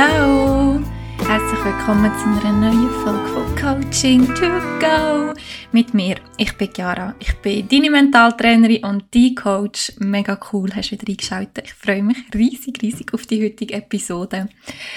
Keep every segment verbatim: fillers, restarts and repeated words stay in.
Ciao! Herzlich willkommen zu einer neuen Folge von Coaching to Go mit mir. Ich bin Chiara, ich bin deine Mentaltrainerin und dein Coach. Mega cool, hast du wieder eingeschaltet. Ich freue mich riesig, riesig auf die heutige Episode.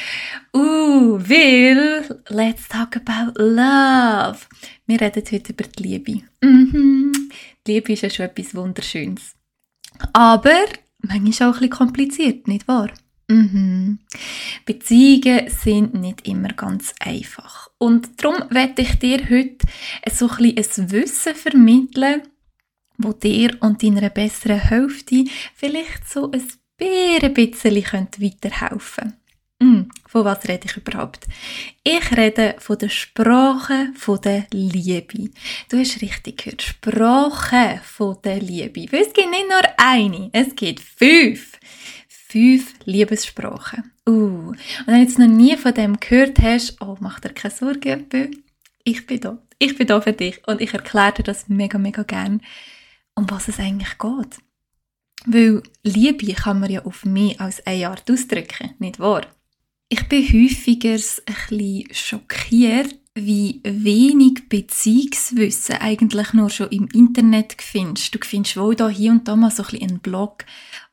Uh, weil, let's talk about love. Wir reden heute über die Liebe. Mhm. Die Liebe ist ja schon etwas Wunderschönes. Aber manchmal auch ein bisschen kompliziert, nicht wahr? Mhm. Beziehungen sind nicht immer ganz einfach. Und darum möchte ich dir heute so ein bisschen ein Wissen vermitteln, das dir und deiner besseren Hälfte vielleicht so ein bisschen weiterhelfen könnte. Mm, von was rede ich überhaupt? Ich rede von der Sprache von der Liebe. Du hast richtig gehört, Sprache von der Liebe. Weil es gibt nicht nur eine, es gibt fünf. Fünf Liebessprachen. Uh. Und wenn du jetzt noch nie von dem gehört hast, oh, mach dir keine Sorgen, ich bin da. Ich bin da für dich und ich erkläre dir das mega, mega gern, um was es eigentlich geht. Weil Liebe kann man ja auf mehr als eine Art ausdrücken, nicht wahr? Ich bin häufiger ein bisschen schockiert, wie wenig Beziehungswissen eigentlich nur schon im Internet findest. Du findest wohl da hier und da mal so ein bisschen einen Blog,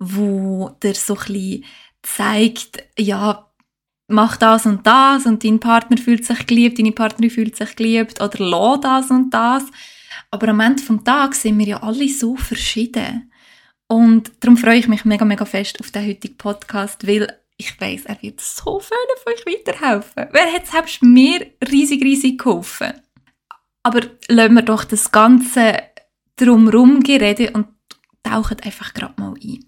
wo dir so ein bisschen zeigt, ja, mach das und das und dein Partner fühlt sich geliebt, deine Partnerin fühlt sich geliebt oder lass das und das. Aber am Ende des Tages sind wir ja alle so verschieden. Und darum freue ich mich mega, mega fest auf den heutigen Podcast, weil ich weiss, er wird so vielen von euch weiterhelfen. Wer hat selbst mir riesig, riesig geholfen? Aber lassen wir doch das Ganze drumherum reden und tauchen einfach gerade mal ein.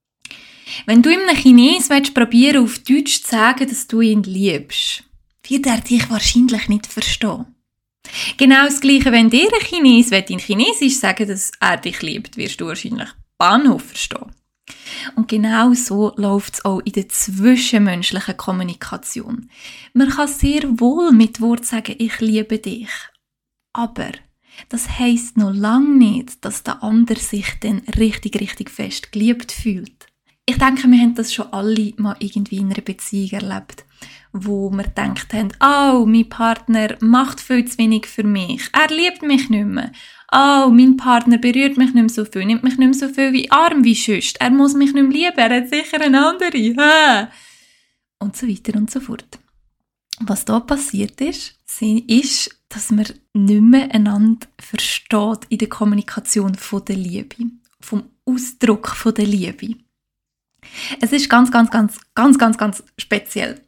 Wenn du einem Chinesen probieren auf Deutsch zu sagen, dass du ihn liebst, wird er dich wahrscheinlich nicht verstehen. Genau das Gleiche, wenn dir ein Chines in Chinesisch sagen, dass er dich liebt, wirst du wahrscheinlich Bahnhof verstehen. Und genau so läuft es auch in der zwischenmenschlichen Kommunikation. Man kann sehr wohl mit Worten sagen, ich liebe dich. Aber das heisst noch lange nicht, dass der andere sich dann richtig, richtig fest geliebt fühlt. Ich denke, wir haben das schon alle mal irgendwie in einer Beziehung erlebt, wo wir gedacht haben, oh, mein Partner macht viel zu wenig für mich, er liebt mich nicht mehr. Oh, mein Partner berührt mich nicht mehr so viel, nimmt mich nicht mehr so viel wie Arm wie sonst. Er muss mich nicht mehr lieben, er hat sicher eine andere. Ha! Und so weiter und so fort. Was da passiert ist, ist, dass man nicht mehr einander versteht in der Kommunikation von der Liebe, vom Ausdruck von der Liebe. Es ist ganz, ganz, ganz, ganz, ganz, ganz speziell.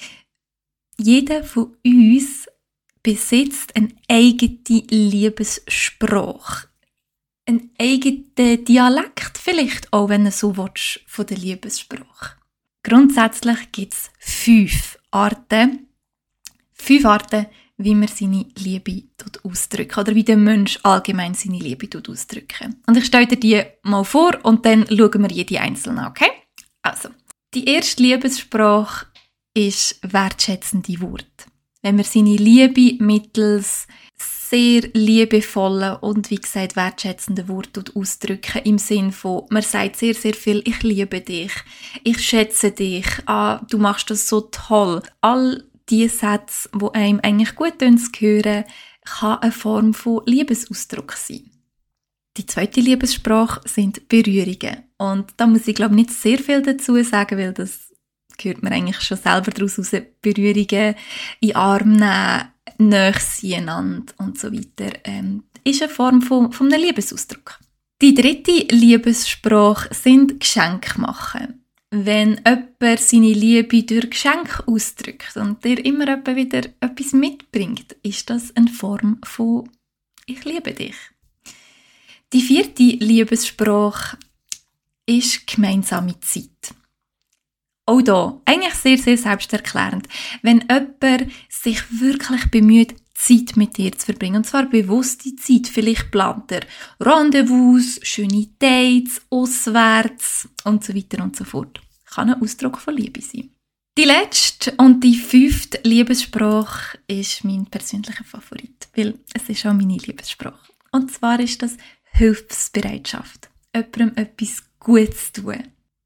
Jeder von uns besitzt eine eigene Liebessprache. Einen eigenen Dialekt vielleicht, auch wenn du so willst, von der Liebessprache. Grundsätzlich gibt es fünf Arten, fünf Arten, wie man seine Liebe ausdrückt oder wie der Mensch allgemein seine Liebe ausdrückt. Und ich stelle dir die mal vor und dann schauen wir jede einzelne an, okay? Also, die erste Liebessprache ist wertschätzende Worte. Wenn man seine Liebe mittels sehr liebevollen und, wie gesagt, wertschätzenden Worten ausdrücken, im Sinn von, man sagt sehr, sehr viel, ich liebe dich, ich schätze dich, ah, du machst das so toll. All diese Sätze, die einem eigentlich gut zu hören, kann eine Form von Liebesausdruck sein. Die zweite Liebessprache sind Berührungen. Und da muss ich, glaube ich, nicht sehr viel dazu sagen, weil das hört man eigentlich schon selber daraus raus, Berührungen in den Arm nehmen, nahe sein einander und so weiter, ähm, ist eine Form von, von einem Liebesausdruck. Die dritte Liebessprache sind Geschenke machen. Wenn jemand seine Liebe durch Geschenke ausdrückt und dir immer wieder etwas mitbringt, ist das eine Form von «Ich liebe dich». Die vierte Liebessprache ist gemeinsame Zeit. Auch da, eigentlich sehr, sehr selbsterklärend. Wenn jemand sich wirklich bemüht, Zeit mit dir zu verbringen, und zwar bewusste Zeit, vielleicht plant er Rendezvous, schöne Dates, auswärts und so weiter und so fort. Kann ein Ausdruck von Liebe sein. Die letzte und die fünfte Liebessprache ist mein persönlicher Favorit, weil es ist auch meine Liebessprache. Und zwar ist das Hilfsbereitschaft. Jemandem etwas Gutes tun.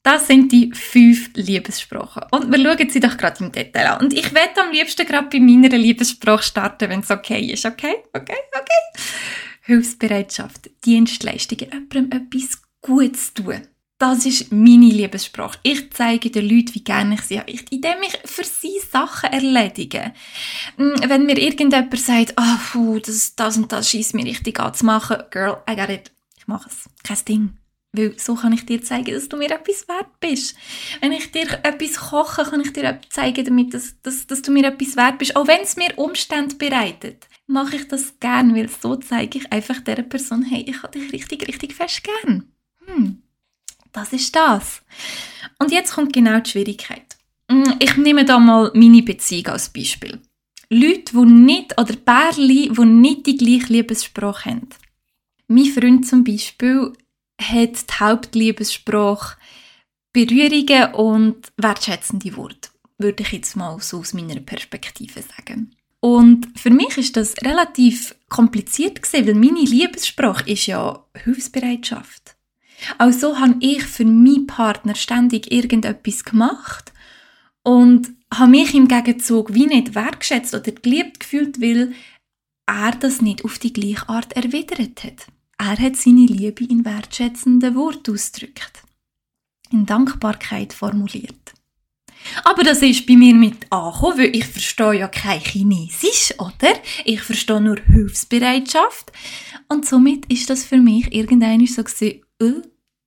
Das sind die fünf Liebessprachen. Und wir schauen sie doch gerade im Detail an. Und ich werde am liebsten gerade bei meiner Liebessprache starten, wenn es okay ist. Okay? Okay? Okay? Hilfsbereitschaft, Dienstleistungen, jemandem etwas Gutes tun. Das ist meine Liebessprache. Ich zeige den Leuten, wie gerne ich sie habe, indem ich für sie Sachen erledige. Wenn mir irgendjemand sagt, oh, puh, das, das und das scheisst mir richtig an zu machen, girl, I got it. Ich mache es. Kein Ding. Weil so kann ich dir zeigen, dass du mir etwas wert bist. Wenn ich dir etwas koche, kann ich dir zeigen, damit, dass, dass, dass du mir etwas wert bist. Auch wenn es mir Umstände bereitet, mache ich das gern, weil so zeige ich einfach dieser Person, hey, ich habe dich richtig, richtig fest gern. Hm, das ist das. Und jetzt kommt genau die Schwierigkeit. Ich nehme da mal meine Beziehung als Beispiel. Leute, die nicht, oder Pärchen, die nicht die gleiche Liebessprache haben. Mein Freund zum Beispiel hat die Hauptliebessprache Berührungen und wertschätzende Worte, würde ich jetzt mal so aus meiner Perspektive sagen. Und für mich ist das relativ kompliziert gewesen, weil meine Liebessprache ist ja Hilfsbereitschaft. Also habe ich für meinen Partner ständig irgendetwas gemacht und habe mich im Gegenzug wie nicht wertschätzt oder geliebt gefühlt, weil er das nicht auf die gleiche Art erwidert hat. Er hat seine Liebe in wertschätzenden Worten ausgedrückt, in Dankbarkeit formuliert. Aber das ist bei mir mit angekommen, weil ich verstehe ja kein Chinesisch, oder? Ich verstehe nur Hilfsbereitschaft. Und somit ist das für mich irgendwann so gewesen, äh,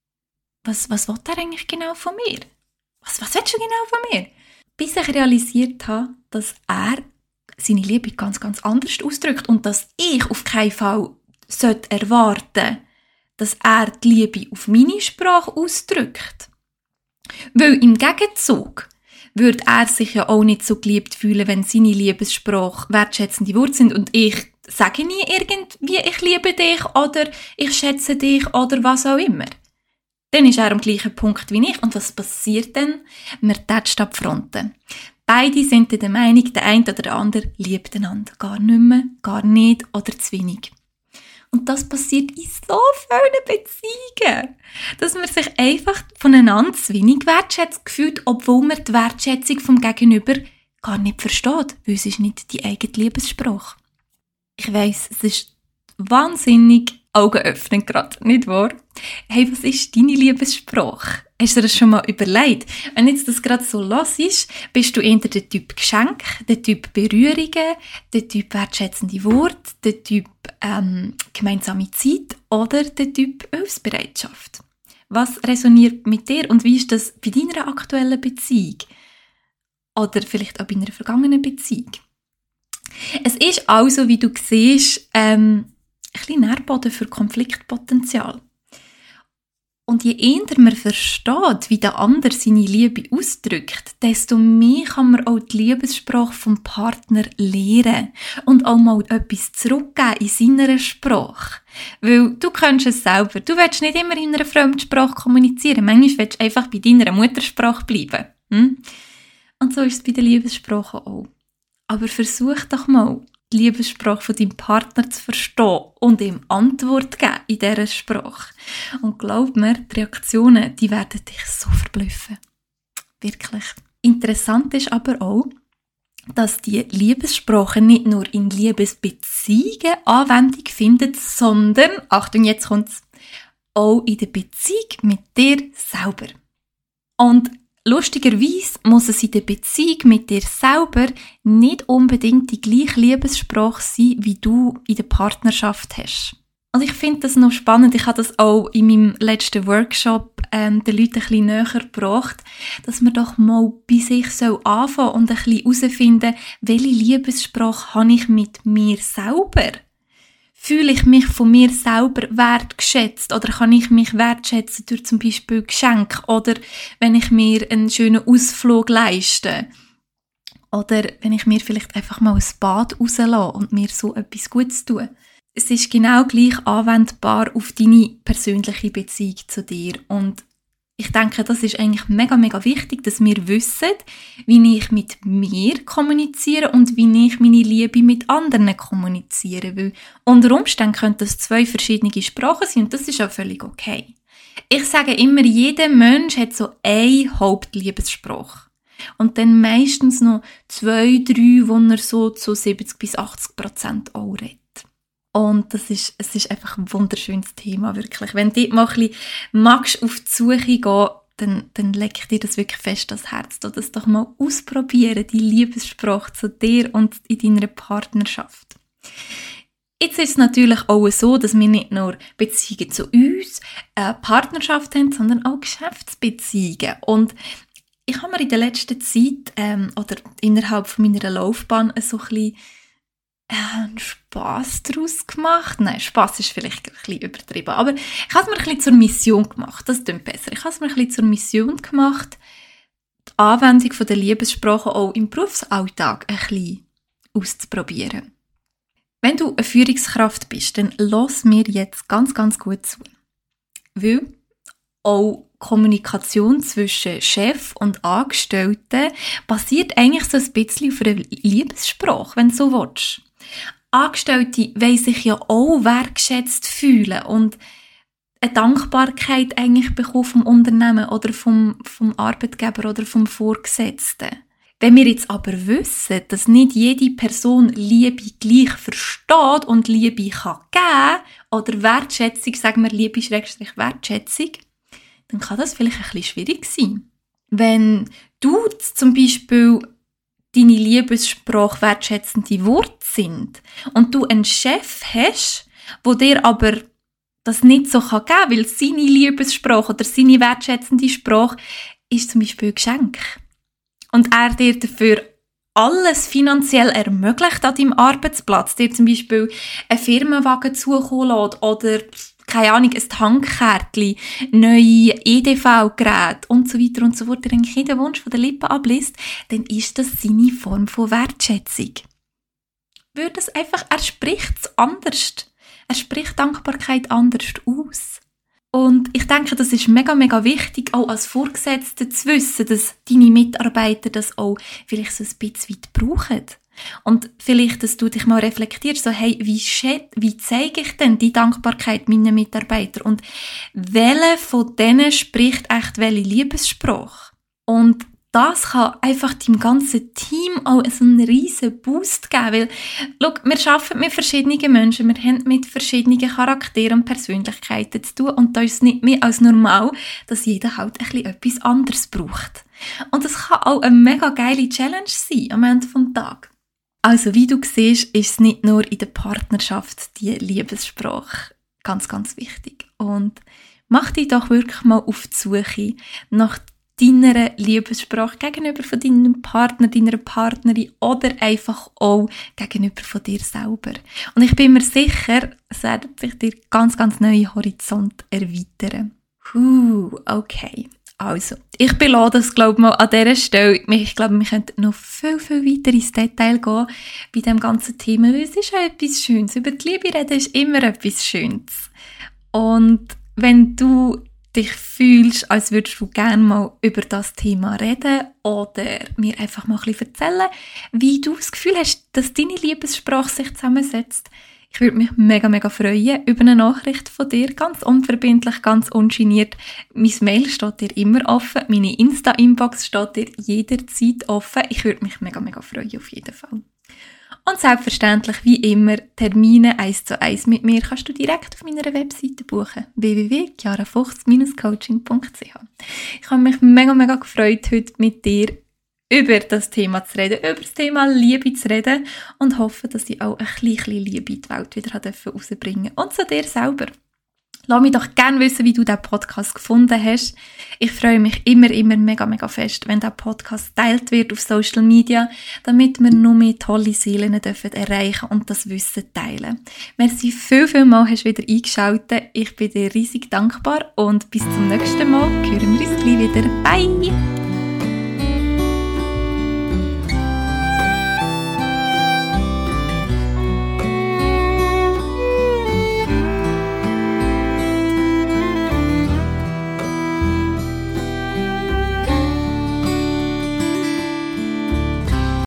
was, was will er eigentlich genau von mir? Was, was willst du genau von mir? Bis ich realisiert habe, dass er seine Liebe ganz, ganz anders ausdrückt und dass ich auf keinen Fall sollte erwarten, dass er die Liebe auf meine Sprache ausdrückt. Weil im Gegenzug würde er sich ja auch nicht so geliebt fühlen, wenn seine Liebessprache wertschätzende Worte sind und ich sage nie irgendwie, ich liebe dich oder ich schätze dich oder was auch immer. Dann ist er am gleichen Punkt wie ich und was passiert dann? Wir tätschen ab Fronten. Beide sind der Meinung, der eine oder der andere liebt einander gar nicht mehr, gar nicht oder zu wenig. Und das passiert in so vielen Beziehungen, dass man sich einfach voneinander zu wenig wertschätzt fühlt, obwohl man die Wertschätzung vom Gegenüber gar nicht versteht, weil es ist nicht die eigene Liebessprache. Ich weiss, es ist wahnsinnig augenöffnend gerade, nicht wahr? Hey, was ist deine Liebessprache? Hast du dir das schon mal überlegt? Wenn jetzt das gerade so los ist, bist du eher der Typ Geschenk, der Typ Berührungen, der Typ wertschätzende Worte, der Typ ähm, gemeinsame Zeit oder der Typ Hilfsbereitschaft? Was resoniert mit dir und wie ist das bei deiner aktuellen Beziehung? Oder vielleicht auch bei einer vergangenen Beziehung? Es ist also, wie du siehst, ähm, ein bisschen Nährboden für Konfliktpotenzial. Und je eher man versteht, wie der andere seine Liebe ausdrückt, desto mehr kann man auch die Liebessprache vom Partner lernen und auch mal etwas zurückgeben in seiner Sprache. Weil du kannst es selber. Du willst nicht immer in einer Fremdsprache kommunizieren. Manchmal willst du einfach bei deiner Muttersprache bleiben. Hm? Und so ist es bei der Liebessprache auch. Aber versuch doch mal, die Liebessprache von deinem Partner zu verstehen und ihm Antwort zu geben in dieser Sprache. Und glaub mir, die Reaktionen, die werden dich so verblüffen. Wirklich. Interessant ist aber auch, dass die Liebessprache nicht nur in Liebesbeziehungen Anwendung findet, sondern, Achtung, jetzt kommt's, auch in der Beziehung mit dir selber. Und lustigerweise muss es in der Beziehung mit dir selber nicht unbedingt die gleiche Liebessprache sein, wie du in der Partnerschaft hast. Und ich finde das noch spannend. Ich habe das auch in meinem letzten Workshop ähm, den Leuten ein bisschen näher gebracht, dass man doch mal bei sich so anfangen und ein bisschen herausfinden, welche Liebessprache habe ich mit mir selber? Fühle ich mich von mir selber wertgeschätzt oder kann ich mich wertschätzen durch zum Beispiel Geschenke oder wenn ich mir einen schönen Ausflug leiste oder wenn ich mir vielleicht einfach mal ein Bad rauslasse und mir so etwas Gutes tue. Es ist genau gleich anwendbar auf deine persönliche Beziehung zu dir und ich denke, das ist eigentlich mega, mega wichtig, dass wir wissen, wie ich mit mir kommuniziere und wie ich meine Liebe mit anderen kommuniziere. Weil unter Umständen können das zwei verschiedene Sprachen sein und das ist auch völlig okay. Ich sage immer, jeder Mensch hat so einen Hauptliebesspruch. Und dann meistens noch zwei, drei, wo er so zu siebzig bis achtzig Prozent auch redet. Und das ist, es ist einfach ein wunderschönes Thema, wirklich. Wenn du mal ein bisschen magst auf die Suche gehen, dann, dann leg ich dir das wirklich fest ans Herz. Du das doch mal ausprobieren, die Liebessprache zu dir und in deiner Partnerschaft. Jetzt ist es natürlich auch so, dass wir nicht nur Beziehungen zu uns, eine Partnerschaft haben, sondern auch Geschäftsbeziehungen. Und ich habe mir in der letzten Zeit ähm, oder innerhalb von meiner Laufbahn so ein bisschen äh, einen Spass daraus gemacht. Nein, Spass ist vielleicht ein bisschen übertrieben, aber ich habe es mir ein bisschen zur Mission gemacht. Das klingt besser. Ich habe es mir ein bisschen zur Mission gemacht, die Anwendung von der Liebessprache auch im Berufsalltag ein bisschen auszuprobieren. Wenn du eine Führungskraft bist, dann lass mir jetzt ganz, ganz gut zu. Weil auch Kommunikation zwischen Chef und Angestellten basiert eigentlich so ein bisschen auf einer Liebessprache, wenn du so willst. Angestellte wollen sich ja auch wertgeschätzt fühlen und eine Dankbarkeit eigentlich bekommen vom Unternehmen oder vom, vom Arbeitgeber oder vom Vorgesetzten. Wenn wir jetzt aber wissen, dass nicht jede Person Liebe gleich versteht und Liebe kann geben oder Wertschätzung, sagen wir Liebe Schrägstrich Wertschätzung, dann kann das vielleicht ein bisschen schwierig sein. Wenn du zum Beispiel deine Liebessprache wertschätzende Worte sind und du einen Chef hast, wo dir aber das nicht so geben kann, weil seine Liebessprache oder seine wertschätzende Sprache ist zum Beispiel ein Geschenk. Und er dir dafür alles finanziell ermöglicht an deinem Arbeitsplatz, dir zum Beispiel einen Firmenwagen zukommen lässt oder, keine Ahnung, ein Tankkärtchen, neue E D V-Geräte und so weiter und so fort, dir eigentlich jeden Wunsch von den Lippen abliest, dann ist das seine Form von Wertschätzung. Würde es einfach, er spricht es anders. Er spricht Dankbarkeit anders aus. Und ich denke, das ist mega, mega wichtig, auch als Vorgesetzte zu wissen, dass deine Mitarbeiter das auch vielleicht so ein bisschen weit brauchen. Und vielleicht, dass du dich mal reflektierst, so, hey, wie, schä- wie zeige ich denn die Dankbarkeit meiner Mitarbeiter? Und welche von denen spricht echt welche Liebessprache? Und das kann einfach deinem ganzen Team auch so einen riesen Boost geben, weil, schau, wir arbeiten mit verschiedenen Menschen, wir haben mit verschiedenen Charakteren und Persönlichkeiten zu tun und da ist es nicht mehr als normal, dass jeder halt ein bisschen etwas anderes braucht. Und das kann auch eine mega geile Challenge sein am Ende des Tages. Also, wie du siehst, ist es nicht nur in der Partnerschaft die Liebessprache ganz, ganz wichtig. Und mach dich doch wirklich mal auf die Suche nach deiner Liebessprache gegenüber von deinem Partner, deiner Partnerin oder einfach auch gegenüber von dir selber. Und ich bin mir sicher, es werden sich dir ganz, ganz neue Horizonte erweitern. Huh, okay. Also, ich belasse das, glaube ich, mal an dieser Stelle. Ich glaube, wir könnten noch viel, viel weiter ins Detail gehen bei diesem ganzen Thema, weil es ist auch etwas Schönes. Über die Liebe reden ist immer etwas Schönes. Und wenn du dich fühlst, als würdest du gerne mal über das Thema reden oder mir einfach mal ein bisschen erzählen, wie du das Gefühl hast, dass deine Liebessprache sich zusammensetzt. Ich würde mich mega, mega freuen über eine Nachricht von dir, ganz unverbindlich, ganz ungeniert. Mein Mail steht dir immer offen, meine Insta-Inbox steht dir jederzeit offen. Ich würde mich mega, mega freuen, auf jeden Fall. Und selbstverständlich, wie immer, Termine eins zu eins mit mir kannst du direkt auf meiner Webseite buchen. w w w punkt chiara fuchs Bindestrich coaching punkt c h. Ich habe mich mega, mega gefreut, heute mit dir über das Thema zu reden, über das Thema Liebe zu reden und hoffe, dass ich auch ein bisschen Liebe in die Welt wieder rausbringen durfte. Und zu dir selber. Lass mich doch gerne wissen, wie du diesen Podcast gefunden hast. Ich freue mich immer, immer mega, mega fest, wenn dieser Podcast geteilt wird auf Social Media, damit wir noch mehr tolle Seelen dürfen erreichen und das Wissen teilen. Merci viel, viel mal, hast du wieder eingeschaltet. Ich bin dir riesig dankbar und bis zum nächsten Mal hören wir uns gleich wieder. Bye!